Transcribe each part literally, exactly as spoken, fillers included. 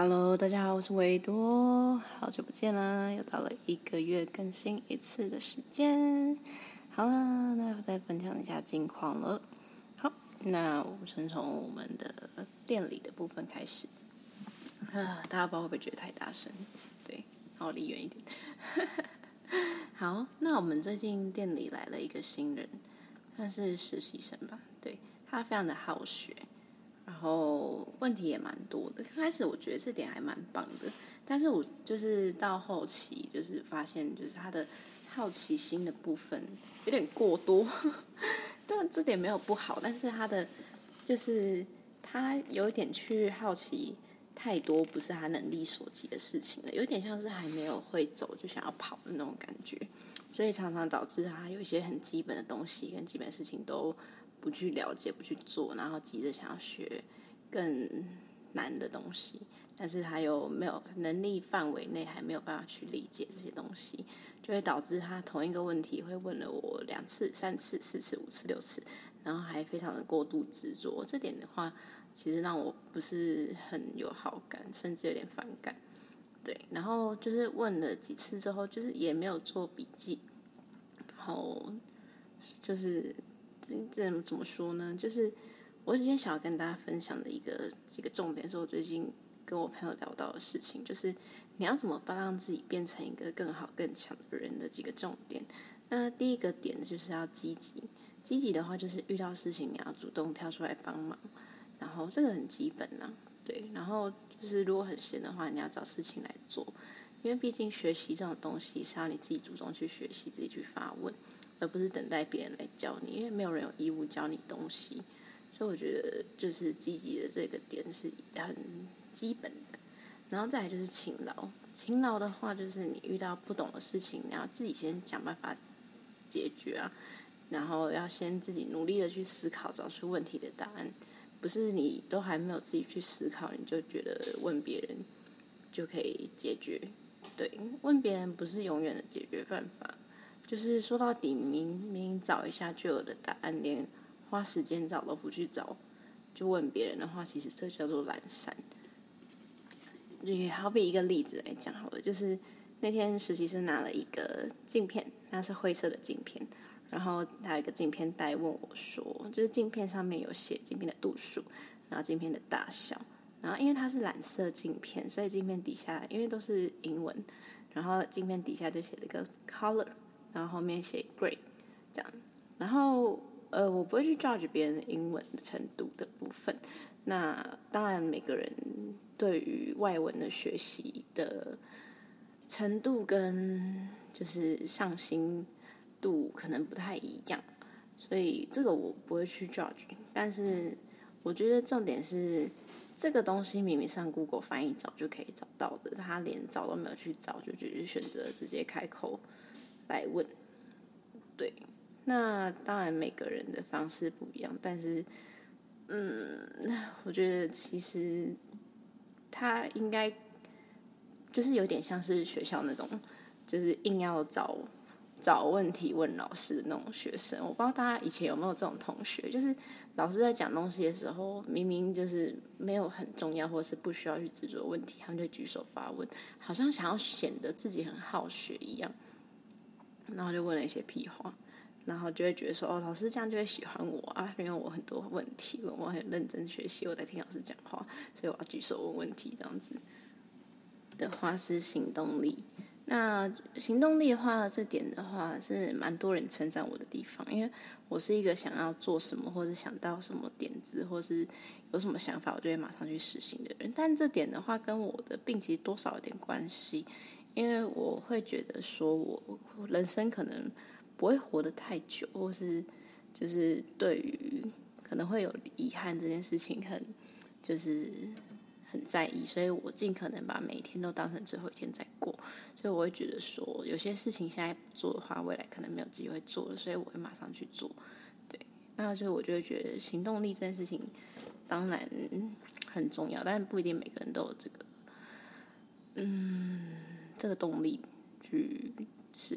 Hello，大家好，我是维多，好久不见啦，又到了一个月更新一次的时间。好了，那我再分享一下近况了。好，那我们先从我们的店里的部分开始。啊，大家不知道会不会觉得太大声？对，然后离远一点。好，那我们最近店里来了一个新人，他是实习生吧？对，他非常的好学。然后问题也蛮多的，刚开始我觉得这点还蛮棒的，但是我就是到后期就是发现，就是他的好奇心的部分有点过多，但这点没有不好，但是他的就是他有一点去好奇太多不是他能力所及的事情了，有点像是还没有会走就想要跑的那种感觉，所以常常导致他有一些很基本的东西跟基本的事情都不去了解，不去做，然后急着想要学更难的东西，但是他又没有能力范围内还没有办法去理解这些东西，就会导致他同一个问题会问了我两次、三次、四次、五次、六次，然后还非常的过度执着。这点的话，其实让我不是很有好感，甚至有点反感。对，然后就是问了几次之后，就是也没有做笔记，然后就是这怎么说呢？就是我今天想要跟大家分享的一个几个重点，是我最近跟我朋友聊到的事情，就是你要怎么帮让自己变成一个更好更强的人的几个重点。那第一个点就是要积极，积极的话就是遇到事情你要主动跳出来帮忙，然后这个很基本啦，对。然后就是如果很闲的话，你要找事情来做，因为毕竟学习这种东西是要你自己主动去学习，自己去发问，而不是等待别人来教你，因为没有人有义务教你东西。所以我觉得就是积极的这个点是很基本的，然后再来就是勤劳。勤劳的话，就是你遇到不懂的事情，你要自己先想办法解决啊，然后要先自己努力的去思考，找出问题的答案。不是你都还没有自己去思考，你就觉得问别人就可以解决。对，问别人不是永远的解决办法，就是说到底，明明找一下就有的答案，连花时间找都不去找，就问别人的话，其实这叫做懒散。也好比一个例子来讲好了，就是那天实习生拿了一个镜片，那是灰色的镜片，然后他有一个镜片袋问我说，就是镜片上面有写镜片的度数，然后镜片的大小，然后因为它是蓝色镜片，所以镜片底下因为都是英文，然后镜片底下就写了一个 color， 然后后面写 grade 这样，然后呃，我不会去 judge 别人的英文程度的部分。那当然，每个人对于外文的学习的程度跟就是上心度可能不太一样，所以这个我不会去 judge。但是我觉得重点是，这个东西明明上 Google 翻译找就可以找到的，他连找都没有去找，就只是选择直接开口来问。对。那当然每个人的方式不一样，但是，嗯，我觉得其实他应该就是有点像是学校那种，就是硬要找找问题问老师的那种学生。我不知道大家以前有没有这种同学，就是老师在讲东西的时候，明明就是没有很重要或是不需要去执着问题，他们就举手发问，好像想要显得自己很好学一样，然后就问了一些屁话。然后就会觉得说，哦，老师这样就会喜欢我啊，因为我很多问题，我很认真学习，我在听老师讲话，所以我要举手问问题，这样子的话是行动力。那行动力的话，这点的话是蛮多人称赞我的地方，因为我是一个想要做什么，或是想到什么点子，或是有什么想法，我就会马上去实行的人。但这点的话，跟我的病其实多少有点关系，因为我会觉得说我人生可能不会活得太久，或是就是对于可能会有遗憾这件事情很就是很在意，所以我尽可能把每一天都当成最后一天在过。所以我会觉得说，有些事情现在不做的话，未来可能没有机会做了，所以我会马上去做。对，那就我就会觉得行动力这件事情当然很重要，但不一定每个人都有这个嗯这个动力去实行。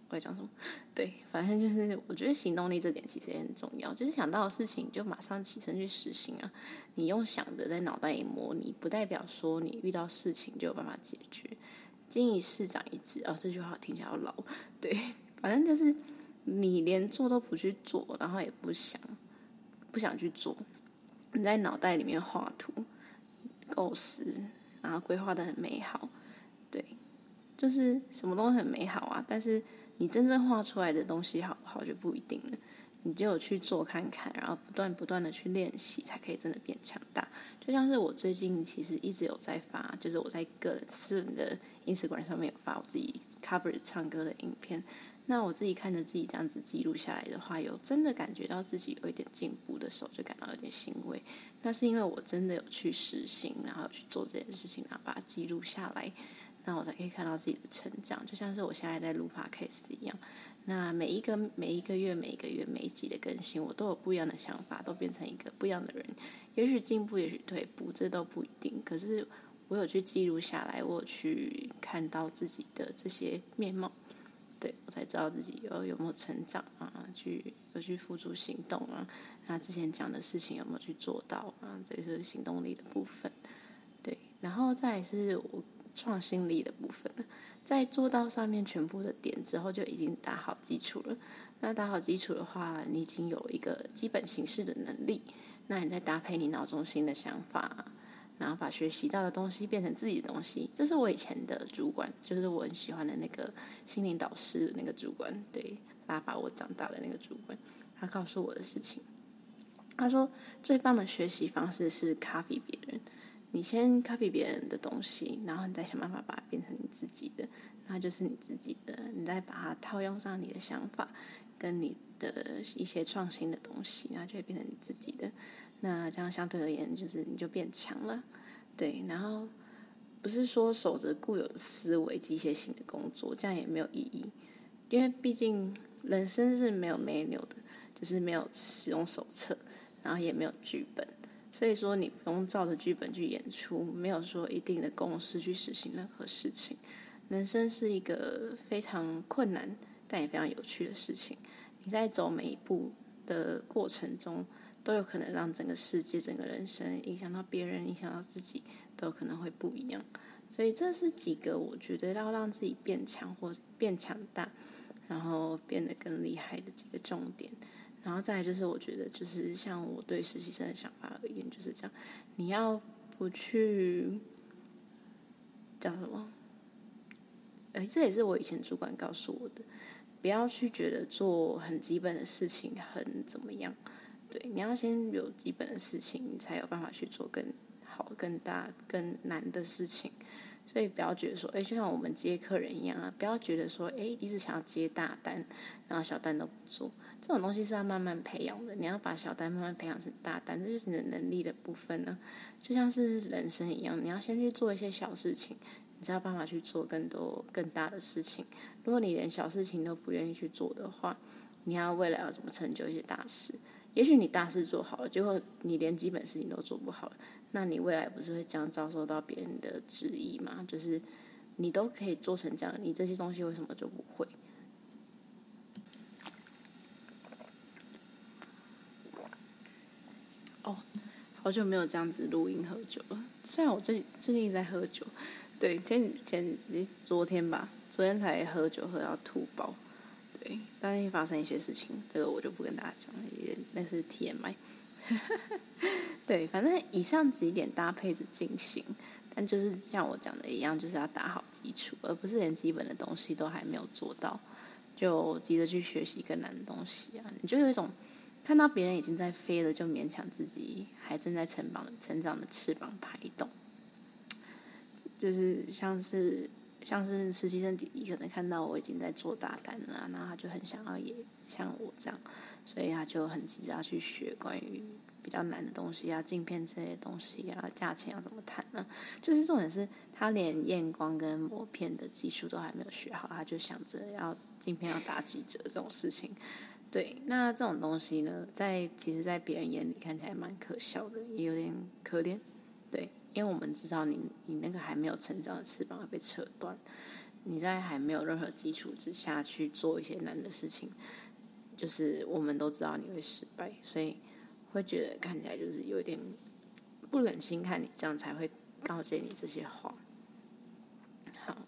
我在讲什么？对，反正就是我觉得行动力这点其实也很重要，就是想到的事情就马上起身去实行啊。你用想的在脑袋里模拟，不代表说你遇到事情就有办法解决。经一事长一智哦，这句话听起来好老。对，反正就是你连做都不去做，然后也不想不想去做，你在脑袋里面画图、构思，然后规划的很美好。对，就是什么都很美好啊，但是你真正画出来的东西好不好就不一定了。你就有去做看看，然后不断不断的去练习，才可以真的变强大。就像是我最近其实一直有在发，就是我在个人私人的 Instagram 上面有发我自己 cover 唱歌的影片。那我自己看着自己这样子记录下来的话，有真的感觉到自己有一点进步的时候，就感到有点欣慰。那是因为我真的有去实行，然后去做这件事情，然后把它记录下来。那我才可以看到自己的成长，就像是我现在在录 podcast 一样。那每一个每一个月每一个月每一集的更新，我都有不一样的想法，都变成一个不一样的人。也许进步，也许退步，这都不一定。可是我有去记录下来，我有去看到自己的这些面貌，对我才知道自己有有没有成长啊，去有去付诸行动啊。那之前讲的事情有没有去做到啊？这是行动力的部分。对，然后再来是我创新力的部分，在做到上面全部的点之后，就已经打好基础了。那打好基础的话，你已经有一个基本形式的能力，那你再搭配你脑中新的想法，然后把学习到的东西变成自己的东西。这是我以前的主管，就是我很喜欢的那个心灵导师的那个主管，对，拉拔我长大的那个主管，他告诉我的事情。他说最棒的学习方式是 copy 别人。你先 copy 别人的东西，然后你再想办法把它变成你自己的，那就是你自己的。你再把它套用上你的想法，跟你的一些创新的东西，然后就会变成你自己的。那这样相对而言，就是你就变强了，对。然后不是说守着固有的思维、机械性的工作，这样也没有意义，因为毕竟人生是没有 manual 的，就是没有使用手册，然后也没有剧本。所以说你不用照着剧本去演出，没有说一定的公式去实行任何事情。人生是一个非常困难但也非常有趣的事情，你在走每一步的过程中，都有可能让整个世界、整个人生影响到别人，影响到自己，都有可能会不一样。所以这是几个我觉得要让自己变强或变强大，然后变得更厉害的几个重点。然后再来就是，我觉得就是像我对实习生的想法而言，就是这样，你要不去叫什么？哎，这也是我以前主管告诉我的，不要去觉得做很基本的事情很怎么样。对，你要先有基本的事情，你才有办法去做更好、更大、更难的事情。所以不要觉得说，哎，就像我们接客人一样啊，不要觉得说，哎，一直想要接大单，然后小单都不做。这种东西是要慢慢培养的，你要把小单慢慢培养成大单，这就是你的能力的部分呢。就像是人生一样，你要先去做一些小事情，你才有办法去做更多更大的事情。如果你连小事情都不愿意去做的话，你要未来要怎么成就一些大事？也许你大事做好了，结果你连基本事情都做不好了，那你未来不是会这样遭受到别人的质疑吗？就是你都可以做成这样，你这些东西为什么就不会？哦，好久没有这样子录音喝酒了。虽然我最最近一直在喝酒，对，前前昨天吧，昨天才喝酒喝到吐爆。对，但是发生一些事情，这个我就不跟大家讲了，也那是 T M I。对，反正以上几点搭配着进行，但就是像我讲的一样，就是要打好基础，而不是连基本的东西都还没有做到，就急着去学习更难的东西啊！你就有一种看到别人已经在飞了，就勉强自己还正在成长成长的翅膀拍动，就是像是。像是实习生弟弟可能看到我已经在做大单了、啊，然后他就很想要也像我这样，所以他就很急着要去学关于比较难的东西啊，镜片之类的东西啊，价钱要怎么谈呢、啊？就是重点是他连验光跟磨片的技术都还没有学好，他就想着要镜片要打几折这种事情。对，那这种东西呢，在其实，在别人眼里看起来蛮可笑的，也有点可怜。对。因为我们知道你你那个还没有成长的翅膀会被扯断， 你在还没有任何基础之下去做一些难的事情，就是我们都知道你会失败，所以会觉得看起来就是有点不忍心看你这样，才会告诫你这些话。好，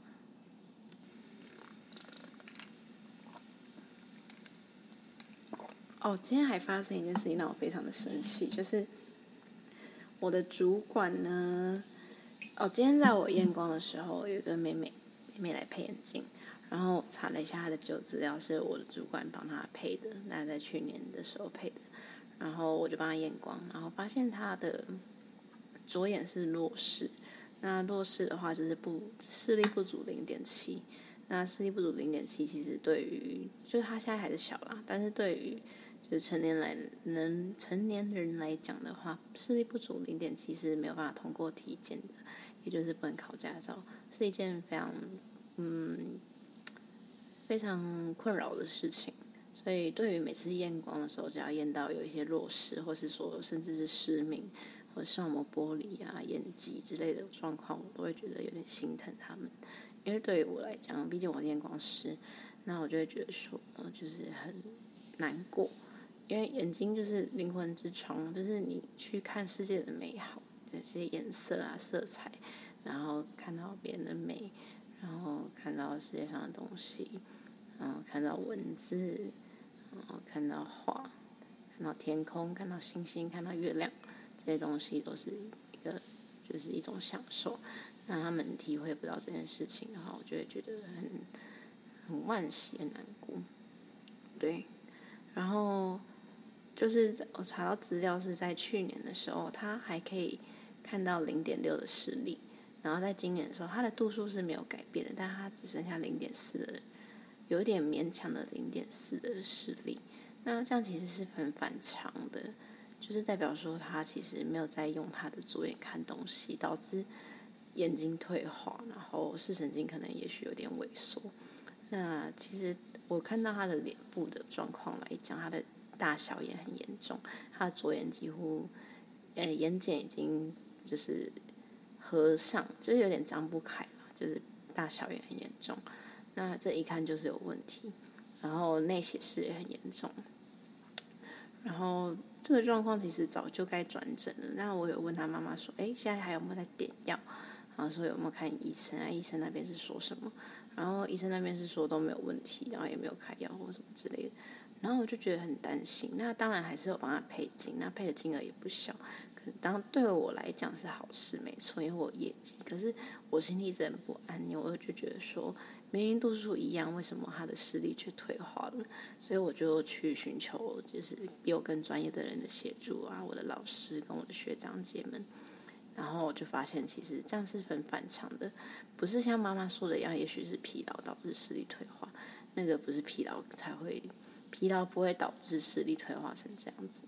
哦，今天还发生一件事情让我非常的生气，就是我的主管呢，哦，今天在我验光的时候，有一个妹妹妹妹来配眼镜，然后我查了一下她的旧资料，是我的主管帮她配的，那在去年的时候配的，然后我就帮她验光，然后发现她的左眼是弱视，那弱视的话就是不视力不足零点七，那视力不足零点七其实对于就是她现在还是小啦，但是对于就是成年来人成年人来讲的话，视力不足零点七是没有办法通过体检的，也就是不能考驾照，是一件非常嗯非常困扰的事情。所以对于每次验光的时候，只要验到有一些弱视，或是说甚至是失明，或视网膜剥离啊、眼疾之类的状况，我都会觉得有点心疼他们。因为对于我来讲，毕竟我是验光师，那我就会觉得说，呃，就是很难过。因为眼睛就是灵魂之窗，就是你去看世界的美好，那些颜色啊、色彩，然后看到别人的美，然后看到世界上的东西，然后看到文字，然后看到画，看到天空，看到星星，看到月亮，这些东西都是一个就是一种享受。那他们体会不到这件事情的话，我就会觉得很很惋惜、很难过。对，然后。就是我查到资料是在去年的时候，他还可以看到零点六的视力，然后在今年的时候，他的度数是没有改变的，但他只剩下零点四的，有一点勉强的零点四的视力。那这样其实是很反常的，就是代表说他其实没有在用他的左眼看东西，导致眼睛退化，然后视神经可能也许有点萎缩。那其实我看到他的脸部的状况来讲，他的大小眼很严重，他的左眼几乎，呃，眼睑已经就是合上，就是有点张不开了，就是大小眼很严重。那这一看就是有问题，然后内斜视也很严重。然后这个状况其实早就该转诊了。那我有问他妈妈说，哎，现在还有没有在点药？然后说有没有看医生啊？医生那边是说什么？然后医生那边是说都没有问题，然后也没有开药或什么之类的。然后我就觉得很担心，那当然还是有帮他配镜，那配的金额也不小。可是当对我来讲是好事，没错，因为我业绩。可是我心里一直很不安，因为我就觉得说，明明度数一样，为什么他的视力却退化了？所以我就去寻求就是比我更专业的人的协助啊，我的老师跟我的学长姐们。然后我就发现，其实这样是很反常的，不是像妈妈说的一样，也许是疲劳导致视力退化，那个不是疲劳才会。疲劳不会导致视力退化成这样子，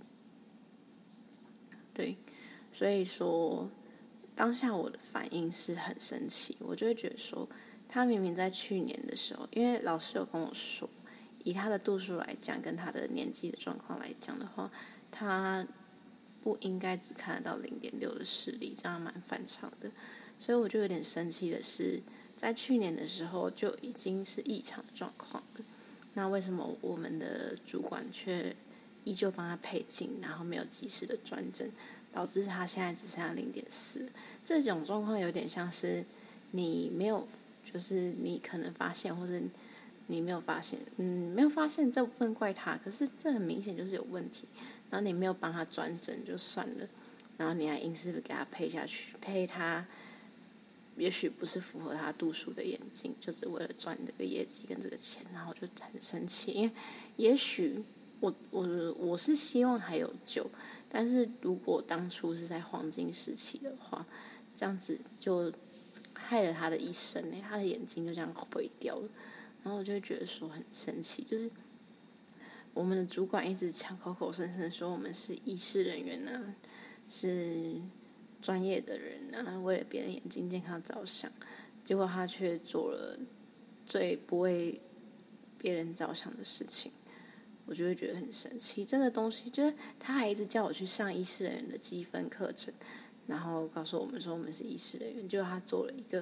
对，所以说当下我的反应是很生气，我就会觉得说，他明明在去年的时候，因为老师有跟我说，以他的度数来讲，跟他的年纪的状况来讲的话，他不应该只看得到零点六的视力，这样蛮反常的，所以我就有点生气的是，在去年的时候就已经是异常的状况了。那为什么我们的主管却依旧帮他配镜，然后没有及时的转诊，导致他现在只剩下零点四？这种状况有点像是你没有，就是你可能发现，或者你没有发现，嗯，没有发现，这不能怪他，可是这很明显就是有问题，然后你没有帮他转诊就算了，然后你还硬是给他配下去，配他。也许不是符合他度数的眼镜，就只为了赚这个业绩跟这个钱，然后就很生气。因为也许我我我是希望还有救，但是如果当初是在黄金时期的话，这样子就害了他的一生呢，他的眼睛就这样毁掉了。然后我就会觉得说很生气，就是我们的主管一直讲口口声声说我们是医事人员啊，是。专业的人啊，为了别人眼睛健康着想，结果他却做了最不为别人着想的事情，我就会觉得很生气。这个东西就是他还一直叫我去上医事人员的积分课程，然后告诉我们说我们是医事人员，结果他做了一个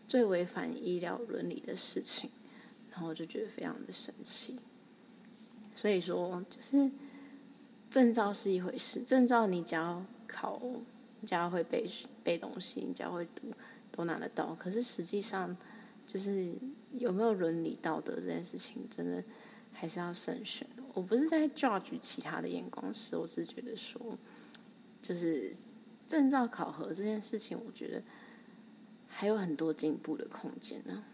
最违反医疗伦理的事情，然后我就觉得非常的生气。所以说，就是证照是一回事，证照你只要考，你只要会背背东西，你只要会读，都拿得到。可是实际上，就是有没有伦理道德这件事情，真的还是要慎选。我不是在 judge 其他的验光师，我只是觉得说，就是证照考核这件事情，我觉得还有很多进步的空间呢。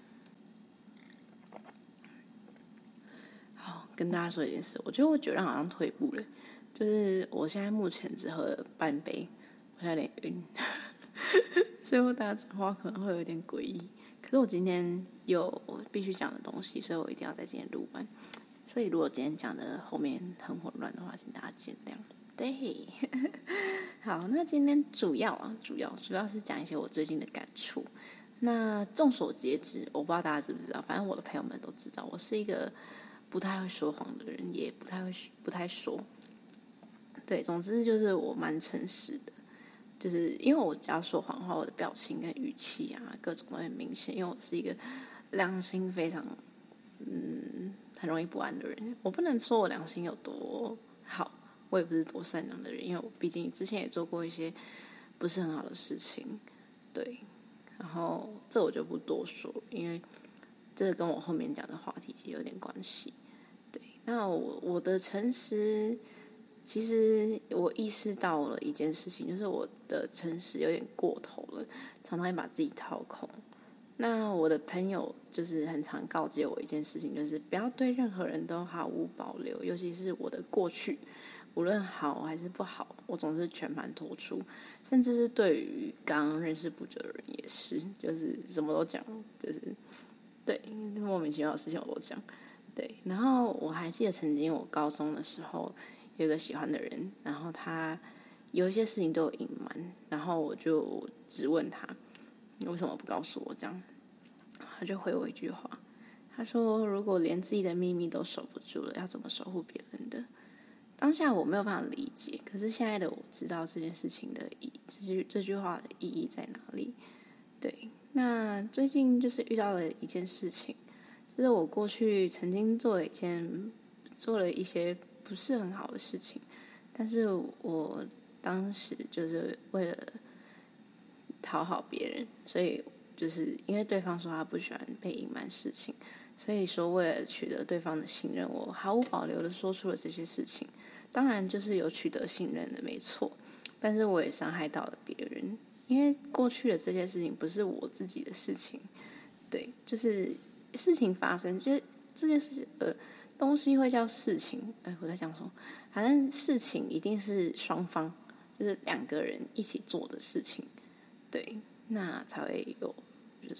好，跟大家说一件事，我觉得我酒量好像退步了，就是我现在目前只喝了半杯，我现在有点晕，所以我大家讲话可能会有点诡异。可是我今天有必须讲的东西，所以我一定要在今天录完。所以如果今天讲的后面很混乱的话，请大家见谅。对，好，那今天主要啊，主要主要是讲一些我最近的感触。那众所皆知，我不知道大家知不知道，反正我的朋友们都知道，我是一个不太会说谎的人，也不太会不太说。对，总之就是我蛮诚实的，就是因为我只要说谎话，我的表情跟语气啊，各种都很明显。因为我是一个良心非常嗯很容易不安的人，我不能说我良心有多好。我也不是多善良的人，因为我毕竟之前也做过一些不是很好的事情，对，然后这我就不多说，因为这个跟我后面讲的话题其实有点关系。对，那我我的诚实，其实我意识到了一件事情，就是我的诚实有点过头了，常常会把自己掏空。那我的朋友就是很常告诫我一件事情，就是不要对任何人都毫无保留，尤其是我的过去。无论好还是不好，我总是全盘托出，甚至是对于刚认识不久的人也是，就是什么都讲，就是对莫名其妙的事情我都讲，对。然后我还记得曾经我高中的时候有一个喜欢的人，然后他有一些事情都有隐瞒，然后我就质问他为什么不告诉我这样，他就回我一句话，他说如果连自己的秘密都守不住了，要怎么守护别人的？当下我没有办法理解，可是现在的我知道这件事情的意这句这句话的意义在哪里。对，那最近就是遇到了一件事情，就是我过去曾经做了一件做了一些不是很好的事情，但是我当时就是为了讨好别人，所以就是因为对方说他不喜欢被隐瞒事情，所以说为了取得对方的信任，我毫无保留的说出了这些事情。当然就是有取得信任的，没错，但是我也伤害到了别人，因为过去的这些事情不是我自己的事情，对，就是事情发生，就是这件事呃东西会叫事情，哎，我在讲什么？反正事情一定是双方，就是两个人一起做的事情，对，那才会有，就是，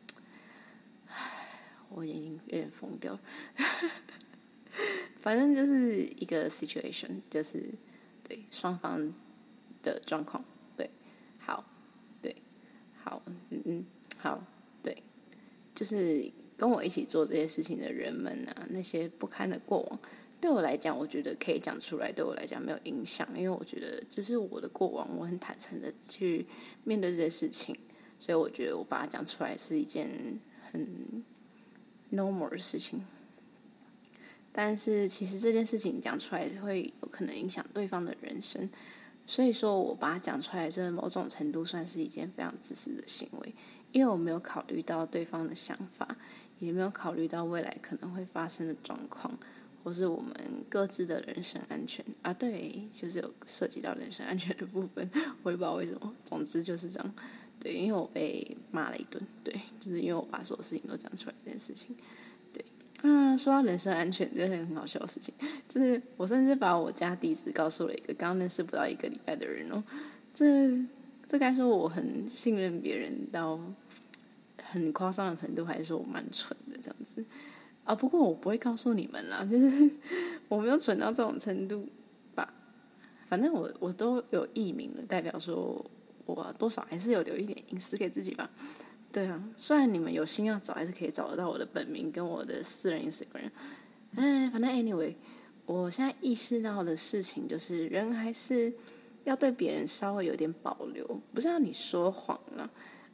我已经有点疯掉了。反正就是一个 situation， 就是对双方的状况，对，好，对，好，嗯嗯，好，对，就是跟我一起做这些事情的人们啊，那些不堪的过往，对我来讲，我觉得可以讲出来，对我来讲没有影响，因为我觉得这是我的过往，我很坦诚的去面对这些事情，所以我觉得我把它讲出来是一件很 normal 的事情。但是其实这件事情讲出来会有可能影响对方的人生，所以说我把它讲出来，这某种程度算是一件非常自私的行为，因为我没有考虑到对方的想法，也没有考虑到未来可能会发生的状况，或是我们各自的人身安全啊，对，就是有涉及到人身安全的部分，我也不知道为什么，总之就是这样，对，因为我被骂了一顿，对，就是因为我把所有事情都讲出来这件事情。嗯，说到人身安全，这是很好笑的事情。就是我甚至把我家地址告诉了一个刚认识不到一个礼拜的人哦。这这该说我很信任别人到很夸张的程度，还是说我蛮蠢的这样子啊？不过我不会告诉你们啦，就是我没有蠢到这种程度吧。反正我我都有艺名了，代表说我多少还是有留一点隐私给自己吧。对啊，虽然你们有心要找，还是可以找得到我的本名跟我的私人 Instagram。哎，反正 anyway， 我现在意识到的事情就是，人还是要对别人稍微有点保留，不是要你说谎了，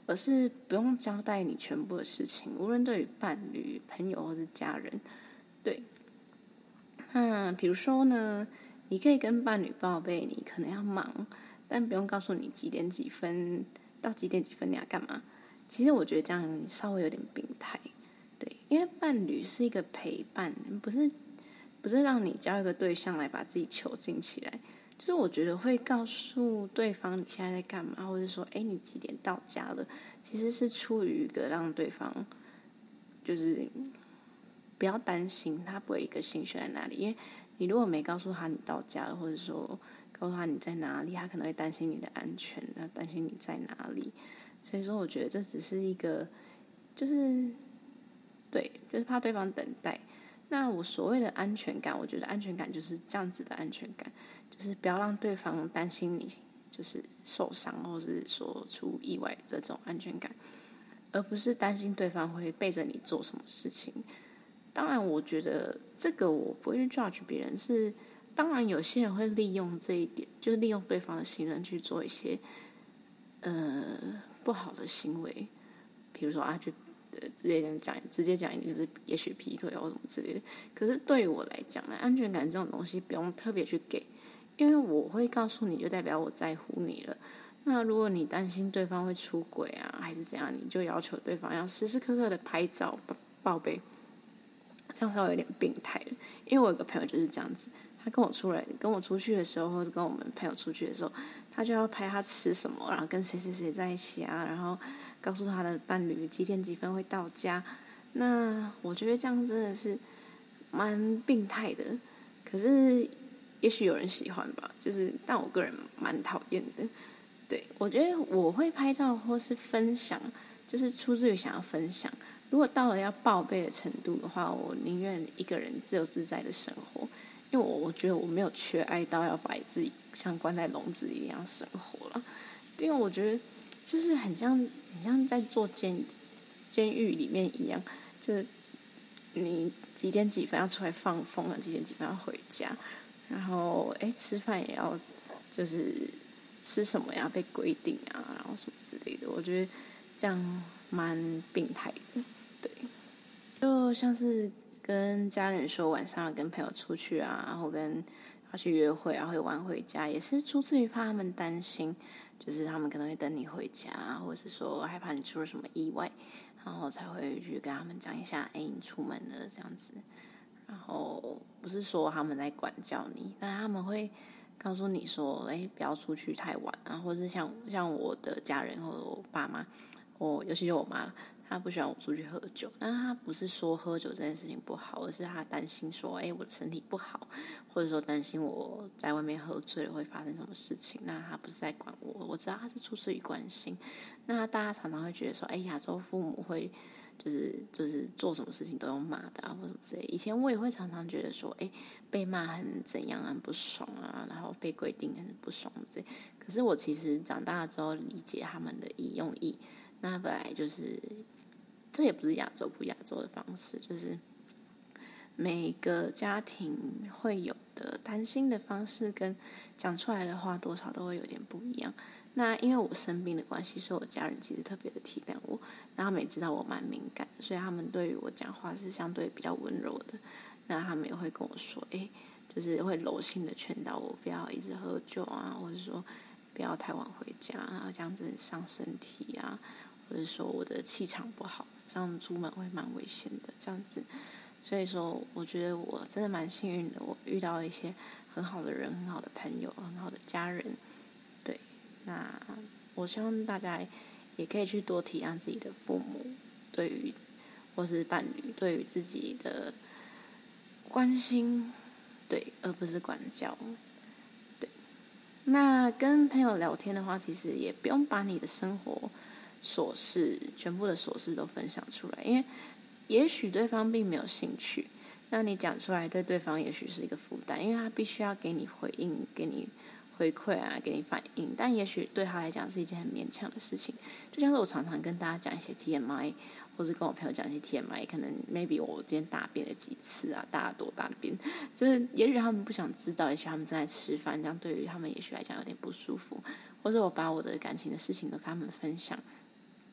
而是不用交代你全部的事情，无论对于伴侣、朋友或是家人。对，那比如说呢，你可以跟伴侣报备你可能要忙，但不用告诉你几点几分到几点几分你要干嘛。其实我觉得这样稍微有点病态。对，因为伴侣是一个陪伴，不是不是让你交一个对象来把自己囚禁起来。就是我觉得会告诉对方你现在在干嘛，或者说哎你几点到家了，其实是出于一个让对方就是不要担心他不会一个心悬在哪里。因为你如果没告诉他你到家了，或者说告诉他你在哪里，他可能会担心你的安全，担心你在哪里。所以说我觉得这只是一个就是对，就是怕对方等待。那我所谓的安全感，我觉得安全感就是这样子的安全感，就是不要让对方担心你就是受伤，或是说出意外的这种安全感，而不是担心对方会背着你做什么事情。当然我觉得这个我不会去 judge 别人，是当然有些人会利用这一点，就是利用对方的信任去做一些呃不好的行为，比如说啊就直接讲直接讲一定是也许劈腿或什么之类的。可是对于我来讲呢，安全感这种东西不用特别去给，因为我会告诉你就代表我在乎你了。那如果你担心对方会出轨啊还是怎样，你就要求对方要时时刻刻的拍照报备，这样稍微有点病态了。因为我有个朋友就是这样子，他跟我出来跟我出去的时候，或者跟我们朋友出去的时候，他就要拍他吃什么，然后跟谁谁谁在一起啊，然后告诉他的伴侣几点几分会到家。那我觉得这样真的是蛮病态的，可是也许有人喜欢吧，就是但我个人蛮讨厌的。对，我觉得我会拍照或是分享，就是出自于想要分享。如果到了要报备的程度的话，我宁愿一个人自由自在的生活，因为我我觉得我没有缺爱到要把自己像关在笼子里一样生活了。因为我觉得就是很像很像在做监监狱里面一样，就是你几点几分要出来放风了，几点几分要回家，然后哎吃饭也要就是吃什么呀被规定啊，然后什么之类的。我觉得这样蛮病态的。对，就像是跟家人说晚上要跟朋友出去啊，然后跟要去约会啊，会晚回家，也是出自于怕他们担心，就是他们可能会等你回家，或者是说害怕你出了什么意外，然后才会去跟他们讲一下，哎，你出门了这样子。然后不是说他们在管教你，但他们会告诉你说，哎，不要出去太晚啊，或者是像像我的家人或者我爸妈，我尤其是我妈，她不喜欢我出去喝酒。但她不是说喝酒这件事情不好，而是她担心说，哎，我的身体不好，或者说担心我在外面喝醉了会发生什么事情。那她不是在管我，我知道她是出自于关心。那大家常常会觉得说，哎，亚洲父母会就是就是做什么事情都用骂的啊，或什么之类的。以前我也会常常觉得说，哎，被骂很怎样很不爽啊，然后被规定很不爽之类。可是我其实长大了之后理解他们的意用意。那本来就是，这也不是亚洲不亚洲的方式，就是每个家庭会有的担心的方式跟讲出来的话多少都会有点不一样。那因为我生病的关系，所以我家人其实特别的体谅我，然后他们也知道我蛮敏感的，所以他们对于我讲话是相对比较温柔的。那他们也会跟我说，哎，就是会柔性的劝导我不要一直喝酒啊，或者说不要太晚回家啊，这样子伤身体啊，或者说我的气场不好，这样出门会蛮危险的这样子。所以说我觉得我真的蛮幸运的，我遇到一些很好的人，很好的朋友，很好的家人。对，那我希望大家也可以去多体谅自己的父母，对于或是伴侣对于自己的关心，对，而不是管教。对，那跟朋友聊天的话，其实也不用把你的生活琐事全部的琐事都分享出来，因为也许对方并没有兴趣，那你讲出来对对方也许是一个负担，因为他必须要给你回应，给你回馈啊，给你反应，但也许对他来讲是一件很勉强的事情。就像是我常常跟大家讲一些 T M I， 或是跟我朋友讲一些 T M I， 可能 maybe 我今天大便了几次啊，大了多大的便，就是也许他们不想知道，也许他们正在吃饭，这样对于他们也许来讲有点不舒服，或者我把我的感情的事情都跟他们分享，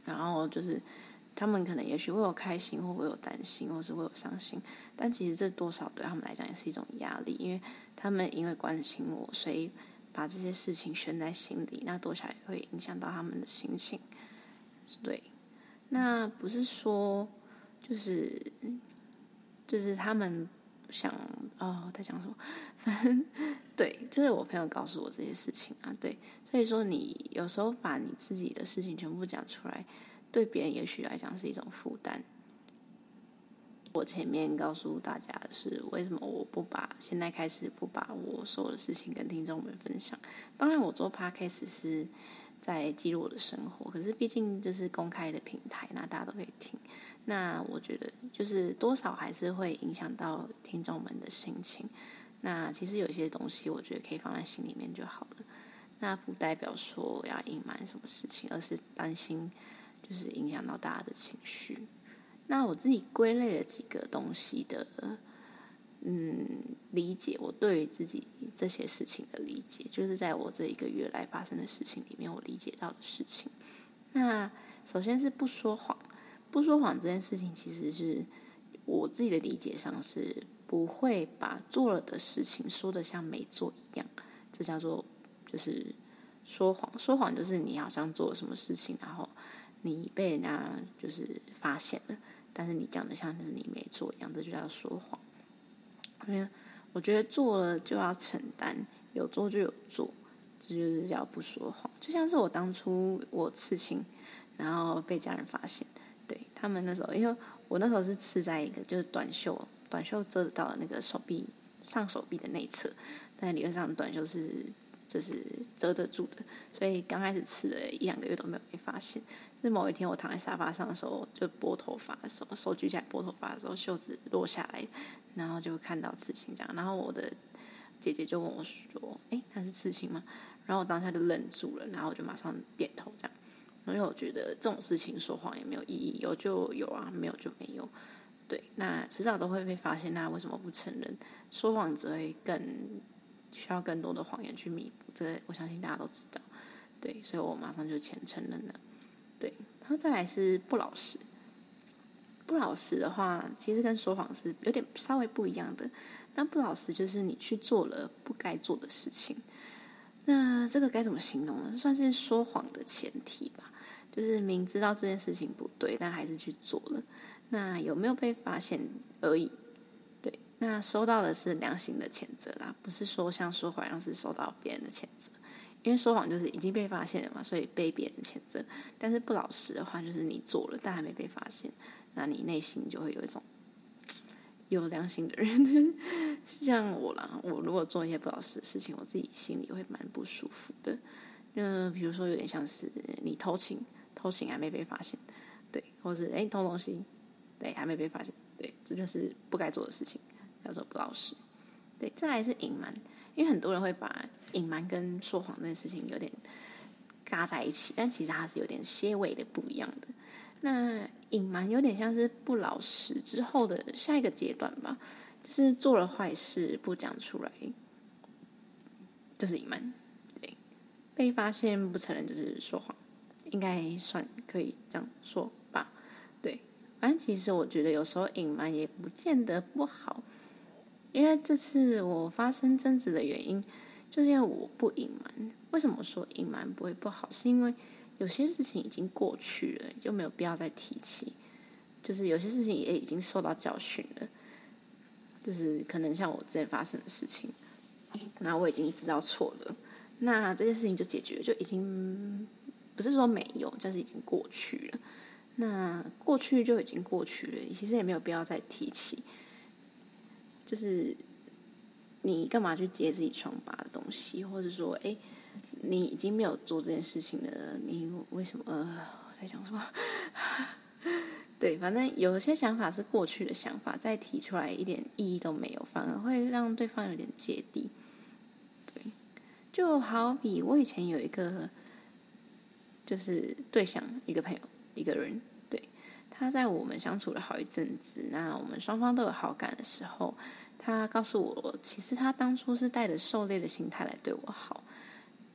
然后就是他们可能也许会有开心，或会有担心，或是会有伤心，但其实这多少对他们来讲也是一种压力，因为他们因为关心我，所以把这些事情悬在心里，那多少也会影响到他们的心情。对，那不是说就是就是他们不想哦，我在讲什么？反正对，就是我朋友告诉我这些事情啊，对，所以说你有时候把你自己的事情全部讲出来，对别人也许来讲是一种负担。我前面告诉大家的是为什么我不把现在开始不把我所有的事情跟听众们分享。当然我做 podcast 是在记录我的生活，可是毕竟这是公开的平台，那大家都可以听，那我觉得就是多少还是会影响到听众们的心情。那其实有些东西我觉得可以放在心里面就好了，那不代表说要隐瞒什么事情，而是担心就是影响到大家的情绪。那我自己归类了几个东西的嗯理解，我对于自己这些事情的理解，就是在我这一个月来发生的事情里面我理解到的事情。那首先是不说谎，不说谎这件事情其实是我自己的理解上是不会把做了的事情说得像没做一样，这叫做就是说谎。说谎就是你好像做了什么事情，然后你被人家就是发现了，但是你讲的像是你没做一样，这就叫说谎。因为我觉得做了就要承担，有做就有做，这就是叫不说谎。就像是我当初我刺青，然后被家人发现，对他们那时候，因为我那时候是刺在一个就是短袖，短袖遮得到的那个手臂上手臂的内侧，但理论上短袖是就是遮得住的，所以刚开始刺了一两个月都没有被发现。是某一天我躺在沙发上的时候，就拨头发的时候，手举起来拨头发的时候，袖子落下来，然后就看到刺青这样。然后我的姐姐就问我说：“哎，那是刺青吗？”然后我当下就愣住了，然后我就马上点头这样。因为我觉得这种事情说谎也没有意义，有就有啊，没有就没有。对，那迟早都会被发现，那为什么不承认？说谎只会更需要更多的谎言去弥补，这个我相信大家都知道。对，所以我马上就前承认了。对，然后再来是不老实。不老实的话，其实跟说谎是有点稍微不一样的。那不老实就是你去做了不该做的事情。那这个该怎么形容呢？算是说谎的前提吧，就是明知道这件事情不对，但还是去做了。那有没有被发现而已？对，那收到的是良心的谴责啦，不是说像说谎一样是收到别人的谴责。因为说谎就是已经被发现了嘛，所以被别人谴责。但是不老实的话，就是你做了但还没被发现，那你内心就会有一种有良心的人，像我啦，我如果做一些不老实的事情，我自己心里会蛮不舒服的。那比如说有点像是你偷情，偷情还没被发现，对，或是哎偷东西，对，还没被发现，对，这就是不该做的事情，叫做不老实。对，再来是隐瞒。因为很多人会把隐瞒跟说谎这件事情有点嘎在一起，但其实它是有点些微的不一样的。那隐瞒有点像是不老实之后的下一个阶段吧，就是做了坏事不讲出来，就是隐瞒。对，被发现不承认就是说谎，应该算可以这样说吧。对，反正其实我觉得有时候隐瞒也不见得不好。因为这次我发生争执的原因，就是因为我不隐瞒。为什么说隐瞒不会不好？是因为有些事情已经过去了，就没有必要再提起。就是有些事情也已经受到教训了，就是可能像我之前发生的事情，那我已经知道错了，那这件事情就解决了，就已经不是说没有，就是已经过去了。那过去就已经过去了，其实也没有必要再提起。就是你干嘛去揭自己疮疤的东西，或者说，哎，你已经没有做这件事情了，你为什么？呃，我在讲什么？对，反正有些想法是过去的想法，再提出来一点意义都没有，反而会让对方有点芥蒂。对，就好比我以前有一个就是对象，一个朋友，一个人，对。他在我们相处了好一阵子，那我们双方都有好感的时候，他告诉我，其实他当初是带着狩猎的心态来对我好。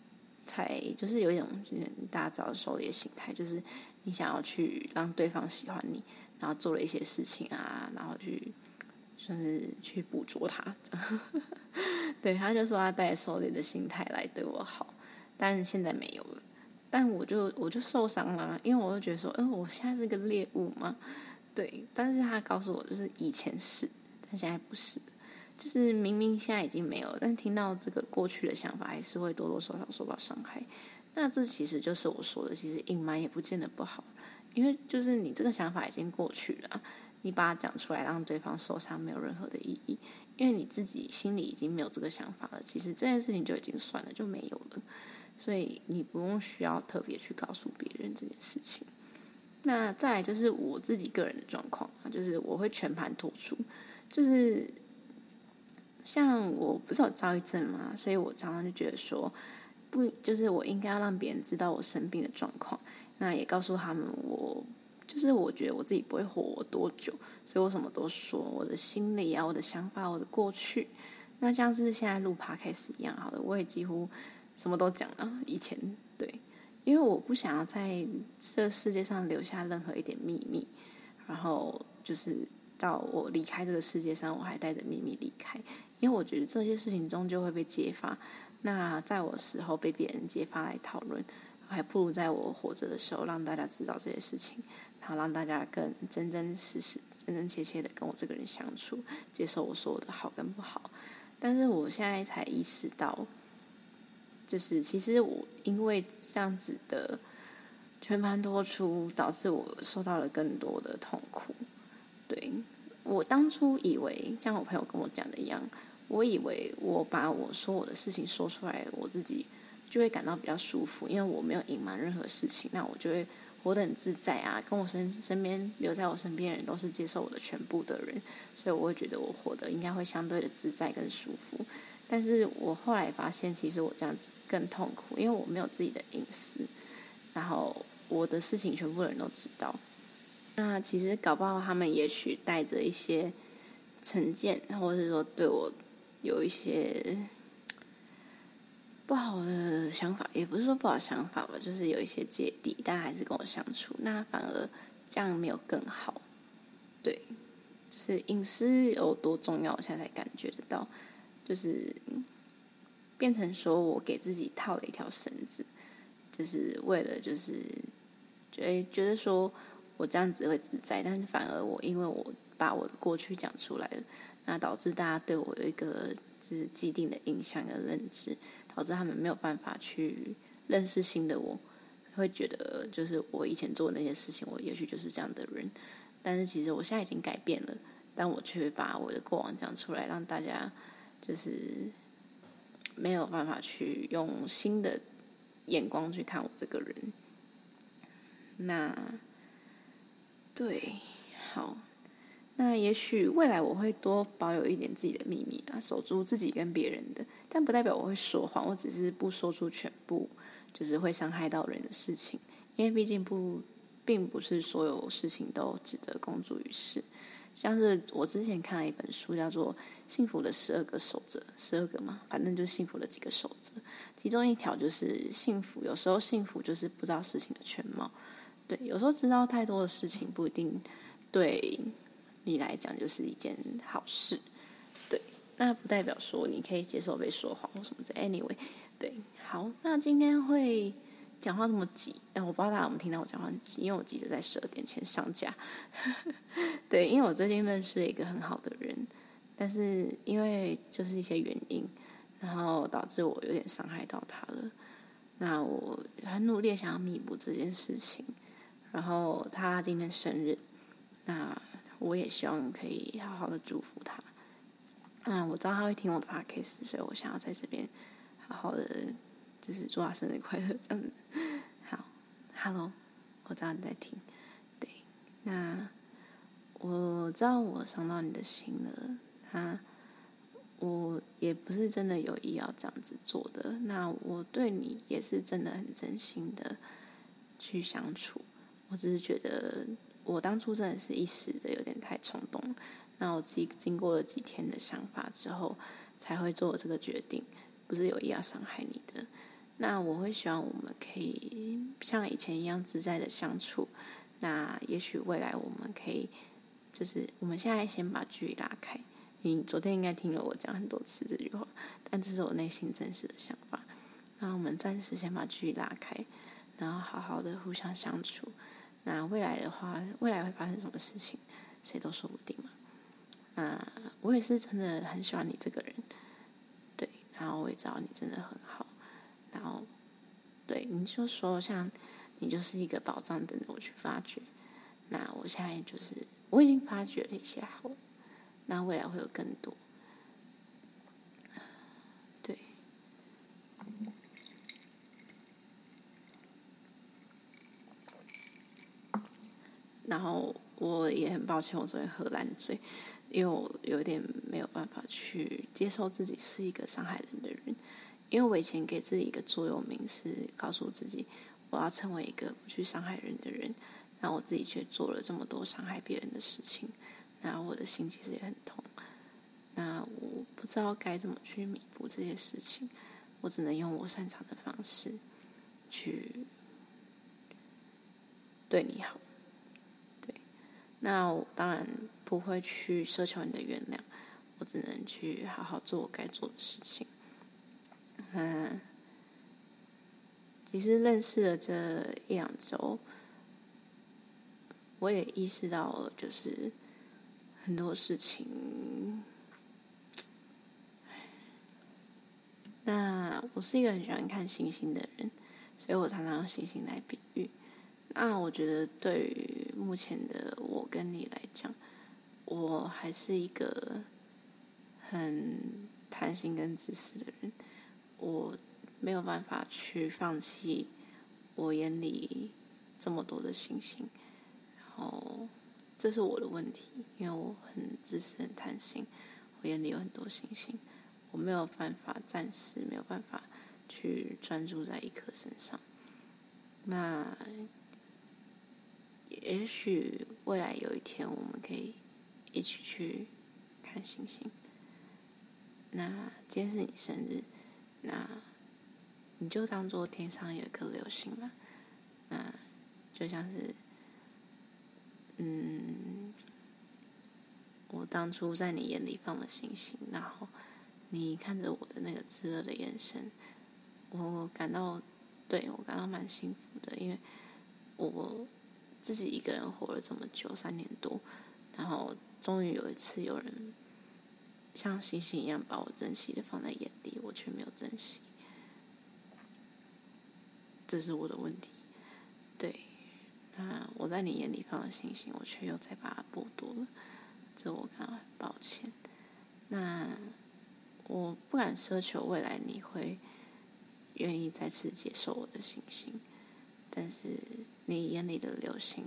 才就是有一种就是大家知道狩猎心态，就是你想要去让对方喜欢你，然后做了一些事情啊，然后去就是去捕捉他。对，他就说他带着狩猎的心态来对我好，但是现在没有了。但我就我就受伤了，因为我就觉得说，嗯、呃，我现在是个猎物嘛，对。但是他告诉我，就是以前是，但现在不是。就是明明现在已经没有了，但听到这个过去的想法，还是会多多少少受到伤害。那这其实就是我说的，其实隐瞒也不见得不好，因为就是你这个想法已经过去了，你把它讲出来，让对方受伤，没有任何的意义。因为你自己心里已经没有这个想法了，其实这件事情就已经算了，就没有了。所以你不用需要特别去告诉别人这件事情。那再来就是我自己个人的状况啊，就是我会全盘托出，就是像我不是有躁郁症嘛，所以我常常就觉得说，不，就是我应该要让别人知道我生病的状况，那也告诉他们我，就是我觉得我自己不会活多久，所以我什么都说，我的心理啊，我的想法，我的过去。那像是现在录 podcast 一样，好了，我也几乎什么都讲了。以前对，因为我不想要在这世界上留下任何一点秘密，然后就是到我离开这个世界上，我还带着秘密离开。因为我觉得这些事情终究会被揭发，那在我死后被别人揭发来讨论，还不如在我活着的时候让大家知道这些事情，然后让大家更真真实实、真真切切的跟我这个人相处，接受我说的好跟不好。但是我现在才意识到，就是其实我因为这样子的全盘托出，导致我受到了更多的痛苦。对，我当初以为像我朋友跟我讲的一样，我以为我把我说我的事情说出来，我自己就会感到比较舒服，因为我没有隐瞒任何事情，那我就会活得很自在啊。跟我身身边留在我身边的人都是接受我的全部的人，所以我会觉得我活得应该会相对的自在跟舒服。但是我后来发现，其实我这样子更痛苦，因为我没有自己的隐私，然后我的事情全部人都知道。那其实搞不好他们也许带着一些成见，或者是说对我有一些不好的想法，也不是说不好的想法吧，就是有一些芥蒂，但还是跟我相处，那反而这样没有更好。对，就是隐私有多重要，我现在才感觉得到，就是变成说我给自己套了一条绳子，就是为了就是觉觉得说我这样子会自在，但是反而我因为我把我的过去讲出来了，那导致大家对我有一个就是既定的印象跟认知，导致他们没有办法去认识新的我，会觉得就是我以前做的那些事情，我也许就是这样的人，但是其实我现在已经改变了，但我却把我的过往讲出来，让大家就是没有办法去用新的眼光去看我这个人。那对，好，那也许未来我会多保有一点自己的秘密啊，守住自己跟别人的，但不代表我会说谎，我只是不说出全部，就是会伤害到人的事情，因为毕竟不，并不是所有事情都值得公诸于世。像是我之前看了一本书，叫做《幸福的十二个守则》，十二个嘛，反正就是幸福的几个守则。其中一条就是幸福，有时候幸福就是不知道事情的全貌。对，有时候知道太多的事情不一定对你来讲就是一件好事。对，那不代表说你可以接受被说谎或什么的。Anyway， 对，好，那今天会讲话这么急，但我不知道大家有没有听到我讲话很急，因为我急着在十二点前上架。对，因为我最近认识了一个很好的人，但是因为就是一些原因，然后导致我有点伤害到他了。那我很努力想要弥补这件事情。然后他今天生日，那我也希望可以好好的祝福他。那我知道他会听我的 podcast， 所以我想要在这边好好的就是祝他生日快乐这样子。好 ，Hello， 我知道你在听，对，那我知道我伤到你的心了，那我也不是真的有意要这样子做的，那我对你也是真的很真心的去相处。我只是觉得我当初真的是一时的有点太冲动，那我自己经过了几天的想法之后才会做这个决定，不是有意要伤害你的。 那我会希望我们可以像以前一样自在的相处。那也许未来我们可以，就是我们现在先把距离拉开。你昨天应该听了我讲很多次这句话，但这是我内心真实的想法。然后我们暂时先把距离拉开，然后好好的互相相处。那未来的话，未来会发生什么事情，谁都说不定嘛。那我也是真的很喜欢你这个人，对，然后我也知道你真的很好，然后对，你就说像你就是一个宝藏等着我去发掘。那我现在就是我已经发掘了一些好了，那未来会有更多。对，然后我也很抱歉，我昨天喝烂醉，因为我有点没有办法去接受自己是一个伤害人的人。因为我以前给自己一个座右铭是告诉自己，我要成为一个不去伤害人的人，那我自己却做了这么多伤害别人的事情，那我的心其实也很痛。那我不知道该怎么去弥补这些事情，我只能用我擅长的方式去对你好。对，那我当然不会去奢求你的原谅，我只能去好好做我该做的事情。嗯，其实认识了这一两周，我也意识到了，就是很多事情。那我是一个很喜欢看星星的人，所以我常常用星星来比喻。那我觉得对于目前的我跟你来讲，我还是一个很贪心跟自私的人，我没有办法去放弃我眼里这么多的星星，然后这是我的问题，因为我很自私很贪心，我眼里有很多星星，我没有办法暂时没有办法去专注在一颗身上。那也许未来有一天我们可以一起去看星星。那今天是你生日，那你就当做天上有一颗流星吧。那就像是，嗯，我当初在你眼里放了星星，然后你看着我的那个炙热的眼神，我感到，对，我感到蛮幸福的，因为我自己一个人活了这么久，三年多，然后终于有一次有人像星星一样把我珍惜的放在眼里，我却没有珍惜，这是我的问题。对，那我在你眼里放了星星，我却又再把它剥夺了，这我感到很抱歉。那我不敢奢求未来你会愿意再次接受我的星星，但是你眼里的流星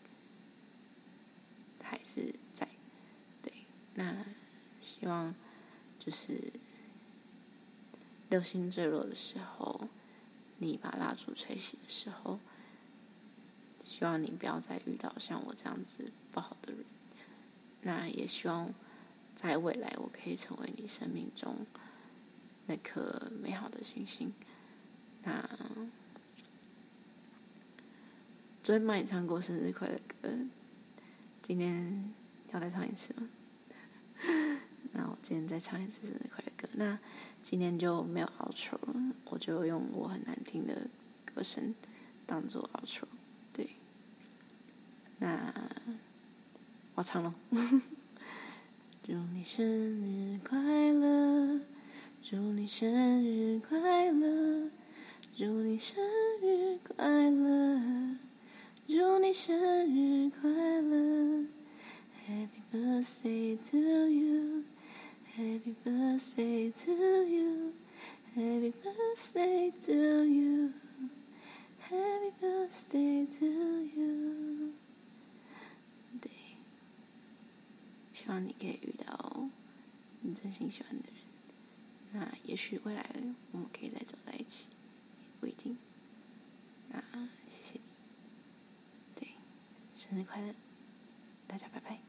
还是在。对，那希望就是流星坠落的时候，你把蜡烛吹熄的时候，希望你不要再遇到像我这样子不好的人。那也希望在未来我可以成为你生命中那颗美好的星星。那昨天帮你唱过生日快乐歌，今天要再唱一次吗？那我今天再唱一次生日快乐歌。那今天就没有 outro 了，我就用我很难听的歌声当做 outro。对，那我唱咯。祝你生日快乐，祝你生日快乐，祝你生日快乐，祝你生日快乐 ，Happy birthday to you, Happy birthday to you, Happy birthday to you, Happy birthday to you。对，希望你可以遇到你真心喜欢的人。那也许未来我们可以再走在一起，也不一定。那谢谢你，对，生日快乐，大家拜拜。